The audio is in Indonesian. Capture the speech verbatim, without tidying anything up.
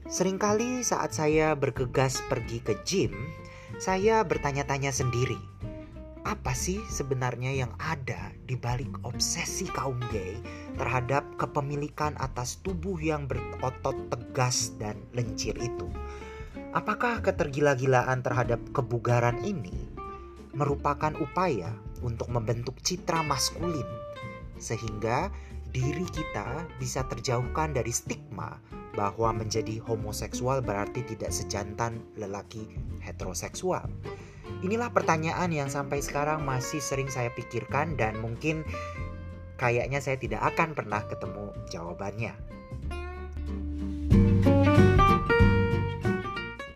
Seringkali saat saya bergegas pergi ke gym, saya bertanya-tanya sendiri, apa sih sebenarnya yang ada di balik obsesi kaum gay terhadap kepemilikan atas tubuh yang berotot tegas dan lencir itu? Apakah ketergila-gilaan terhadap kebugaran ini merupakan upaya untuk membentuk citra maskulin sehingga diri kita bisa terjauhkan dari stigma bahwa menjadi homoseksual berarti tidak sejantan lelaki heteroseksual? Inilah pertanyaan yang sampai sekarang masih sering saya pikirkan dan mungkin kayaknya saya tidak akan pernah ketemu jawabannya.